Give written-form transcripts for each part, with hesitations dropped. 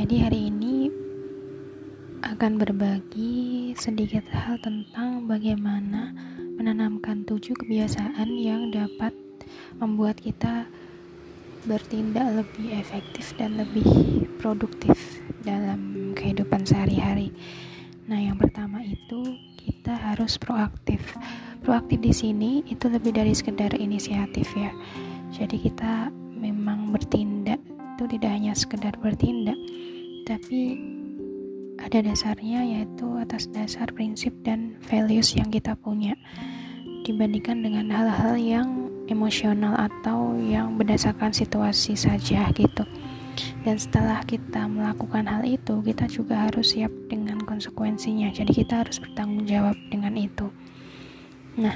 Jadi hari ini akan berbagi sedikit hal tentang bagaimana menanamkan 7 kebiasaan yang dapat membuat kita bertindak lebih efektif dan lebih produktif dalam kehidupan sehari-hari. Nah, yang pertama itu kita harus proaktif. Proaktif di sini itu lebih dari sekedar inisiatif ya. Jadi kita memang bertindak itu tidak hanya sekedar bertindak, tapi ada dasarnya, yaitu atas dasar prinsip dan values yang kita punya, dibandingkan dengan hal-hal yang emosional atau yang berdasarkan situasi saja gitu. Dan setelah kita melakukan hal itu, kita juga harus siap dengan konsekuensinya. Jadi kita harus bertanggung jawab dengan itu. Nah,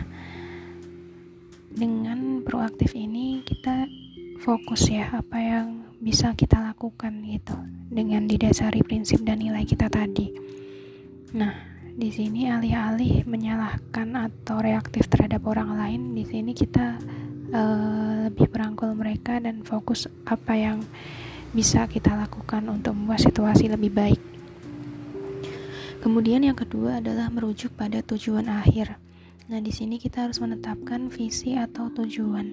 dengan proaktif ini kita fokus ya apa yang bisa kita lakukan gitu, dengan didasari prinsip dan nilai kita tadi. Nah, di sini alih-alih menyalahkan atau reaktif terhadap orang lain, di sini kita lebih merangkul mereka dan fokus apa yang bisa kita lakukan untuk membuat situasi lebih baik. Kemudian yang kedua adalah merujuk pada tujuan akhir. Nah, di sini kita harus menetapkan visi atau tujuan.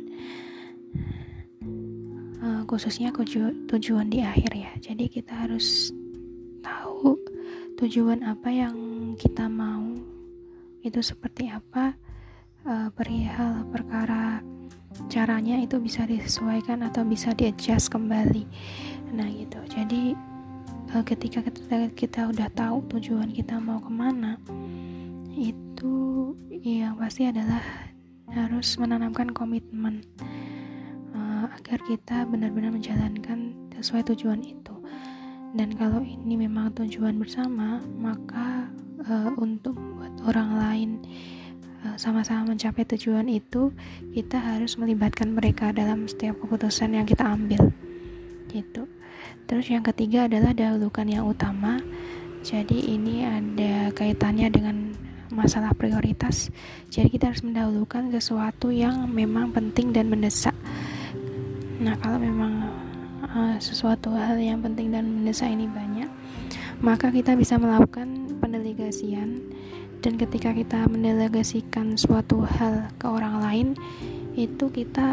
Khususnya tujuan di akhir ya. Jadi kita harus tahu tujuan apa yang kita mau, itu seperti apa, perihal perkara caranya itu bisa disesuaikan atau bisa di-adjust kembali. Nah gitu. Jadi ketika kita udah tahu tujuan kita mau kemana, itu yang pasti adalah harus menanamkan komitmen agar kita benar-benar menjalankan sesuai tujuan itu. Dan kalau ini memang tujuan bersama, maka untuk membuat orang lain sama-sama mencapai tujuan itu, kita harus melibatkan mereka dalam setiap keputusan yang kita ambil gitu. Terus yang ketiga adalah dahulukan yang utama. Jadi ini ada kaitannya dengan masalah prioritas. Jadi kita harus mendahulukan sesuatu yang memang penting dan mendesak. Nah, kalau memang sesuatu hal yang penting dan mendesak ini banyak, maka kita bisa melakukan pendelegasian. Dan ketika kita mendelegasikan suatu hal ke orang lain, itu kita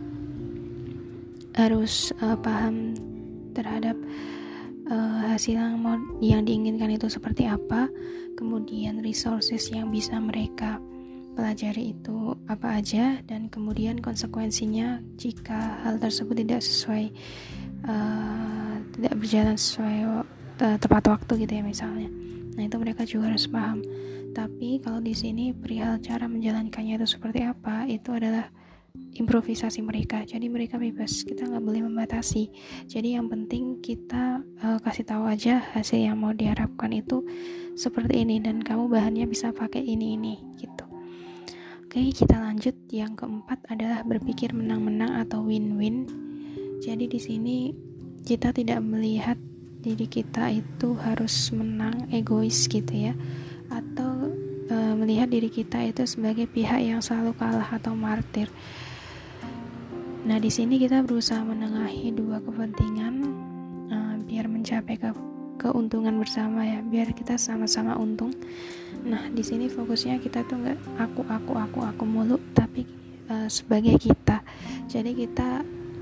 harus paham terhadap hasil yang diinginkan itu seperti apa, kemudian resources yang bisa mereka pelajari itu apa aja, dan kemudian konsekuensinya jika hal tersebut tidak sesuai, tidak berjalan sesuai tepat waktu gitu ya misalnya. Nah, itu mereka juga harus paham. Tapi kalau di sini perihal cara menjalankannya itu seperti apa, itu adalah improvisasi mereka. Jadi mereka bebas, kita nggak boleh membatasi. Jadi yang penting kita kasih tahu aja hasil yang mau diharapkan itu seperti ini, dan kamu bahannya bisa pakai ini gitu. Oke, kita lanjut. Yang keempat adalah berpikir menang-menang atau win-win. Jadi di sini kita tidak melihat diri kita itu harus menang, egois gitu ya, atau melihat diri kita itu sebagai pihak yang selalu kalah atau martir. Nah, di sini kita berusaha menengahi dua kepentingan biar mencapai keuntungan bersama ya, biar kita sama-sama untung. Nah, di sini fokusnya kita tuh nggak aku mulu, tapi sebagai kita. Jadi kita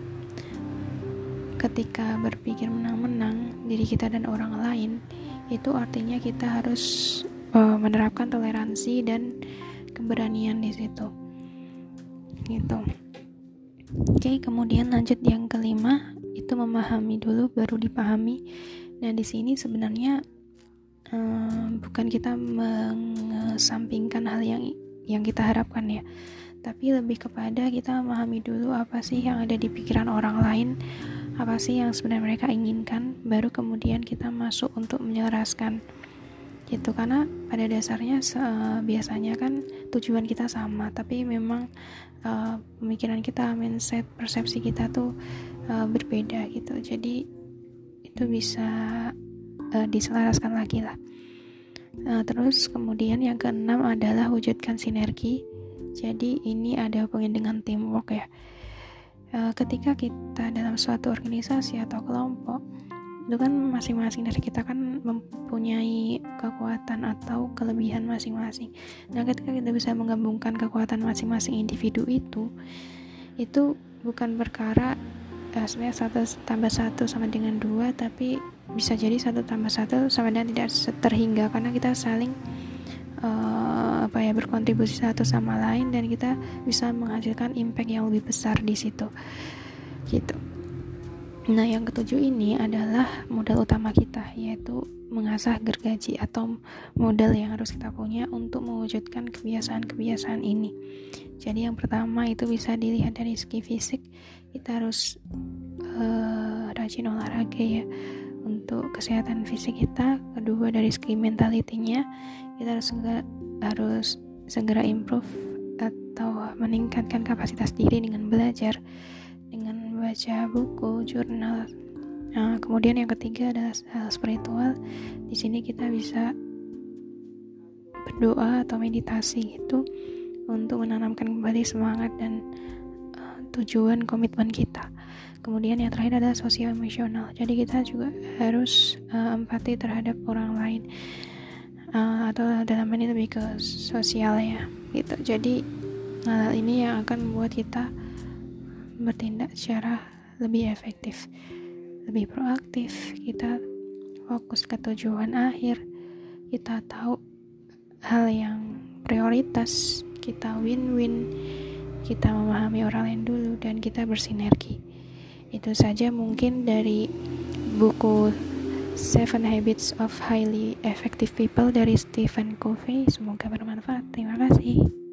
ketika berpikir menang-menang diri kita dan orang lain, itu artinya kita harus menerapkan toleransi dan keberanian di situ gitu. Oke, kemudian lanjut yang kelima, itu memahami dulu baru dipahami. Nah, di sini sebenarnya bukan kita mengesampingkan hal yang kita harapkan ya, tapi lebih kepada kita memahami dulu apa sih yang ada di pikiran orang lain, apa sih yang sebenarnya mereka inginkan, baru kemudian kita masuk untuk menyelaraskan gitu. Karena pada dasarnya biasanya kan tujuan kita sama, tapi memang pemikiran kita, mindset, persepsi kita tuh berbeda gitu. Jadi itu bisa diselaraskan lagi lah. Terus kemudian yang keenam adalah wujudkan sinergi. Jadi ini ada hubungan dengan teamwork ya. Ketika kita dalam suatu organisasi atau kelompok, itu kan masing-masing dari kita kan mempunyai kekuatan atau kelebihan masing-masing. Nah, ketika kita bisa menggabungkan kekuatan masing-masing individu itu bukan perkara sebenarnya 1+1 sama dengan 2, tapi bisa jadi 1+1 sama dengan tidak terhingga, karena kita saling berkontribusi satu sama lain dan kita bisa menghasilkan impact yang lebih besar di situ gitu. Nah, yang ketujuh ini adalah modal utama kita, yaitu mengasah gergaji atau modal yang harus kita punya untuk mewujudkan kebiasaan-kebiasaan ini. Jadi yang pertama itu bisa dilihat dari segi fisik, kita harus rajin olahraga ya untuk kesehatan fisik kita. Kedua, dari segi mentalitinya, kita harus segera improve atau meningkatkan kapasitas diri dengan belajar, dengan baca buku, jurnal. Nah, kemudian yang ketiga adalah hal spiritual. Di sini kita bisa berdoa atau meditasi itu untuk menanamkan kembali semangat dan tujuan komitmen kita. Kemudian yang terakhir adalah sosial emosional. Jadi kita juga harus empati terhadap orang lain, atau dalam ini lebih ke sosial ya gitu. Jadi hal ini yang akan membuat kita bertindak secara lebih efektif, lebih proaktif. Kita fokus ke tujuan akhir, kita tahu hal yang prioritas, kita win-win, kita memahami orang lain dulu, dan kita bersinergi. Itu saja mungkin dari buku 7 Habits of Highly Effective People dari Stephen Covey. Semoga bermanfaat. Terima kasih.